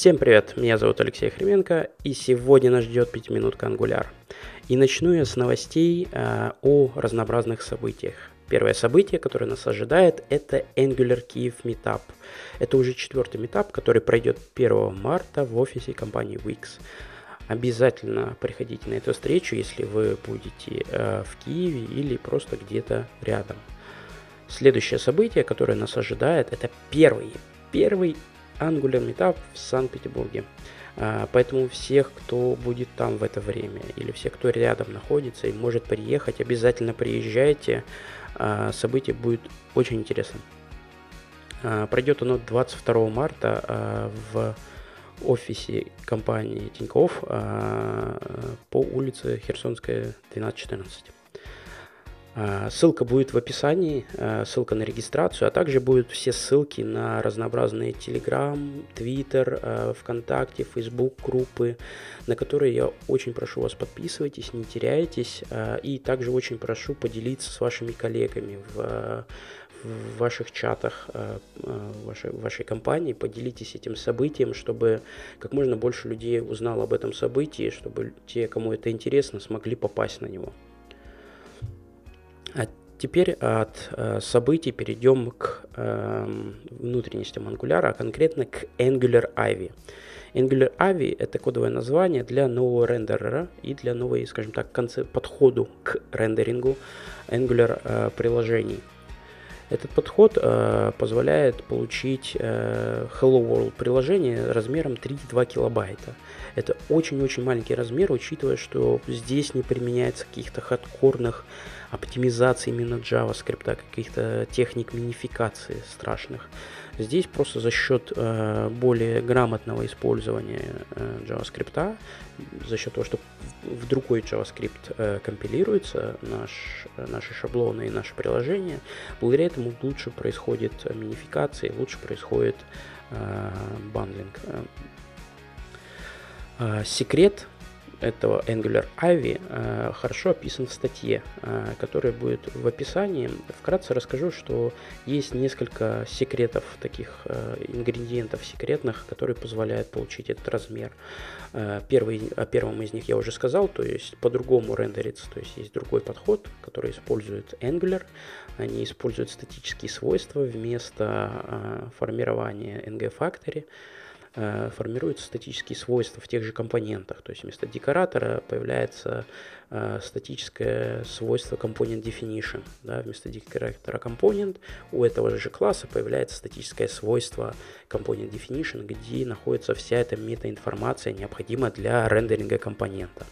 Всем привет, меня зовут Алексей Хременко, и сегодня нас ждет 5-минутка Angular. И начну я с новостей о разнообразных событиях. Первое событие, которое нас ожидает, это Angular Kyiv Meetup. Это уже 4-й meetup, который пройдет 1 марта в офисе компании Wix. Обязательно приходите на эту встречу, если вы будете в Киеве или просто где-то рядом. Следующее событие, которое нас ожидает, это первый Angular Meetup в Санкт-Петербурге. Поэтому всех, кто будет там в это время, или всех, кто рядом находится и может приехать, обязательно приезжайте. Событие будет очень интересным. Пройдет оно 22 марта в офисе компании Тинькофф по улице Херсонская, 12-14. Ссылка будет в описании, ссылка на регистрацию, а также будут все ссылки на разнообразные Telegram, Twitter, ВКонтакте, Facebook группы, на которые я очень прошу вас подписывайтесь, не теряйтесь, и также очень прошу поделиться с вашими коллегами в ваших чатах вашей компании, поделитесь этим событием, чтобы как можно больше людей узнало об этом событии, чтобы те, кому это интересно, смогли попасть на него. А теперь от событий перейдем к внутренностям Angular, а конкретно к Angular Ivy. Angular Ivy — это кодовое название для нового рендерера и для новой, скажем так, подходу к рендерингу Angular приложений. Этот подход позволяет получить Hello World приложение размером 3,2 килобайта. Это очень-очень маленький размер, учитывая, что здесь не применяется каких-то хардкорных оптимизаций именно JavaScript, каких-то техник минификации страшных. Здесь просто за счет более грамотного использования JavaScript, за счет того, что в другой JavaScript компилируется наши шаблоны и наше приложение, благодаря этому лучше происходит минификация, лучше происходит бандлинг. Секрет этого Angular Ivy хорошо описан в статье, которая будет в описании. Вкратце расскажу, что есть несколько секретов, таких ингредиентов секретных, которые позволяют получить этот размер. О первом из них я уже сказал, то есть по-другому рендерится, то есть есть другой подход, который использует Angular. Они используют статические свойства вместо формирования ng-factory. Формируются статические свойства в тех же компонентах. То есть вместо декоратора появляется статическое свойство component definition. Да, вместо декоратора component у этого же класса появляется статическое свойство component definition, где находится вся эта метаинформация, необходимая для рендеринга компонента.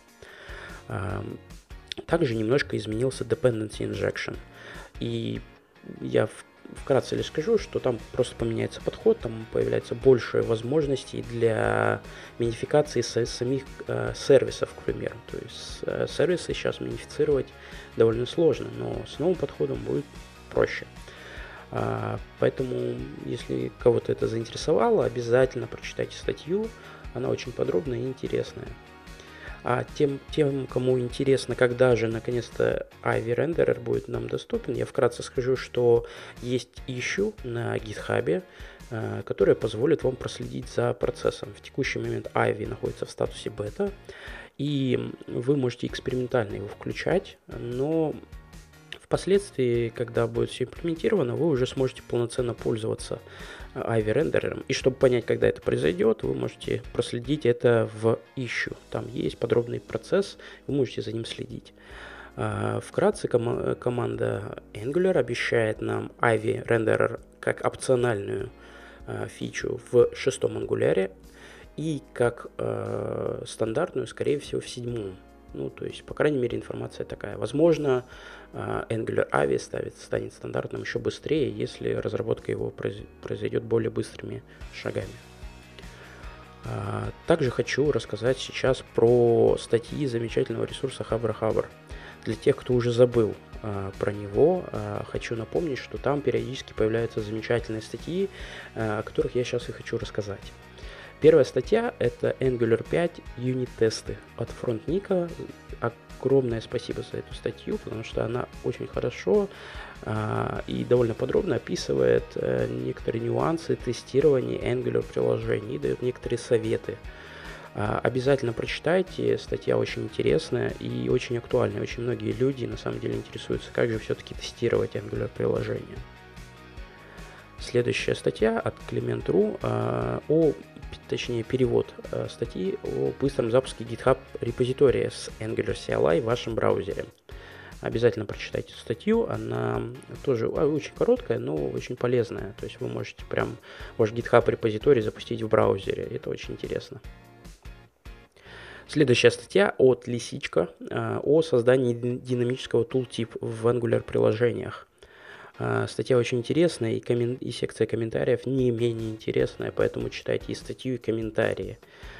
Также немножко изменился dependency injection. И я вкратце лишь скажу, что там просто поменяется подход, там появляется больше возможностей для минификации самих сервисов, к примеру. То есть сервисы сейчас минифицировать довольно сложно, но с новым подходом будет проще. Поэтому, если кого-то это заинтересовало, обязательно прочитайте статью, она очень подробная и интересная. А тем, кому интересно, когда же наконец-то Ivy Renderer будет нам доступен, я вкратце скажу, что есть issue на GitHub, которое позволит вам проследить за процессом. В текущий момент Ivy находится в статусе бета, и вы можете экспериментально его включать, но впоследствии, когда будет все имплементировано, вы уже сможете полноценно пользоваться Ivy рендерером. И чтобы понять, когда это произойдет, вы можете проследить это в issue. Там есть подробный процесс, вы можете за ним следить. Вкратце, команда Angular обещает нам Ivy рендерер как опциональную фичу в 6-м Angular и как стандартную, скорее всего, в 7-м. Ну, то есть, по крайней мере, информация такая. Возможно, Angular Ivy станет стандартным еще быстрее, если разработка его произойдет более быстрыми шагами. Также хочу рассказать сейчас про статьи замечательного ресурса Хабр. Для тех, кто уже забыл про него, хочу напомнить, что там периодически появляются замечательные статьи, о которых я сейчас и хочу рассказать. Первая статья — это Angular 5 юнит-тесты от Фронтника. Огромное спасибо за эту статью, потому что она очень хорошо и довольно подробно описывает некоторые нюансы тестирования Angular приложений, дает некоторые советы. Обязательно прочитайте, статья очень интересная и очень актуальная. Очень многие люди на самом деле интересуются, как же все-таки тестировать Angular приложение. Следующая статья от Clement.ru точнее перевод статьи о быстром запуске GitHub репозитория с Angular CLI в вашем браузере. Обязательно прочитайте эту статью, она тоже очень короткая, но очень полезная. То есть вы можете прям ваш GitHub репозиторий запустить в браузере, это очень интересно. Следующая статья от Лисичка о создании динамического tooltip в Angular приложениях. Статья очень интересная, и секция комментариев не менее интересная, поэтому читайте и статью, и комментарии.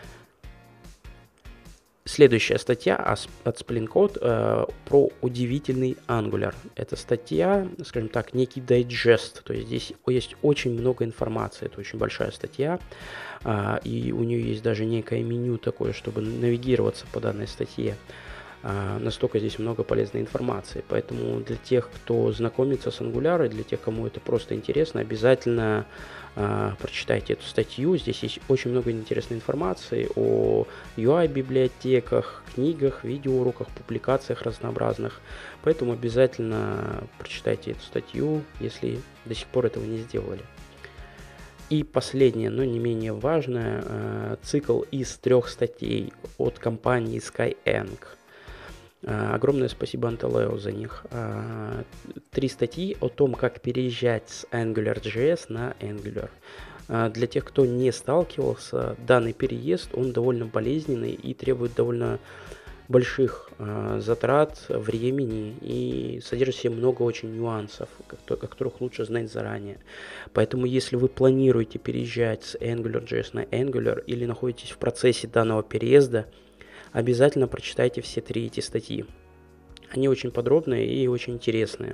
Следующая статья от Splintcode про удивительный Angular. Это статья, скажем так, некий дайджест, то есть здесь есть очень много информации, это очень большая статья, и у нее есть даже некое меню такое, чтобы навигироваться по данной статье. Настолько здесь много полезной информации, поэтому для тех, кто знакомится с Angular, и для тех, кому это просто интересно, обязательно прочитайте эту статью. Здесь есть очень много интересной информации о UI-библиотеках, книгах, видеоуроках, публикациях разнообразных, поэтому обязательно прочитайте эту статью, если до сих пор этого не сделали. И последнее, но не менее важное, цикл из 3 статей от компании Skyeng. Огромное спасибо Анталео за них. 3 статьи о том, как переезжать с AngularJS на Angular. Для тех, кто не сталкивался, данный переезд, он довольно болезненный и требует довольно больших затрат времени и содержит в себе много очень нюансов, о которых лучше знать заранее. Поэтому, если вы планируете переезжать с AngularJS на Angular или находитесь в процессе данного переезда, обязательно прочитайте все 3 эти статьи. Они очень подробные и очень интересные.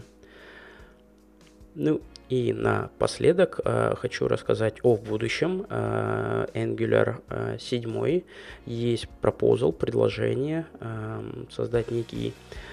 Ну и напоследок хочу рассказать о будущем. Angular 7 есть proposal, предложение создать некий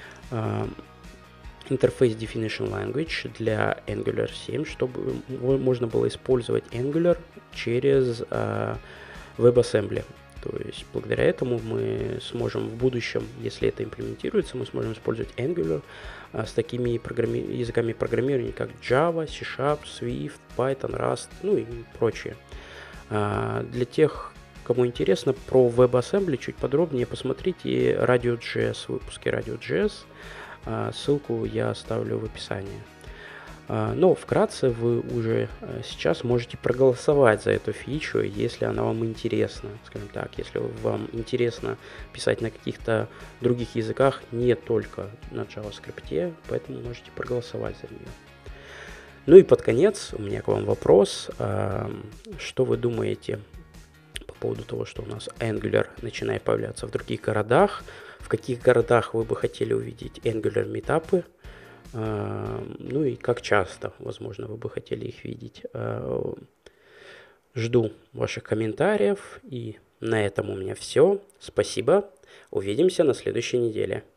Interface Definition Language для Angular 7, чтобы можно было использовать Angular через WebAssembly. То есть благодаря этому мы сможем в будущем, если это имплементируется, мы сможем использовать Angular с такими языками программирования, как Java, C#, Swift, Python, Rust, ну и прочее. Для тех, кому интересно про WebAssembly чуть подробнее, посмотрите Radio.js, выпуски Radio.js. Ссылку я оставлю в описании. Но вкратце вы уже сейчас можете проголосовать за эту фичу, если она вам интересна, скажем так, если вам интересно писать на каких-то других языках, не только на JavaScript, поэтому можете проголосовать за нее. Ну и под конец у меня к вам вопрос, что вы думаете по поводу того, что у нас Angular начинает появляться в других городах, в каких городах вы бы хотели увидеть Angular митапы, ну и как часто, возможно, вы бы хотели их видеть. Жду ваших комментариев. И на этом у меня все. Спасибо. Увидимся на следующей неделе.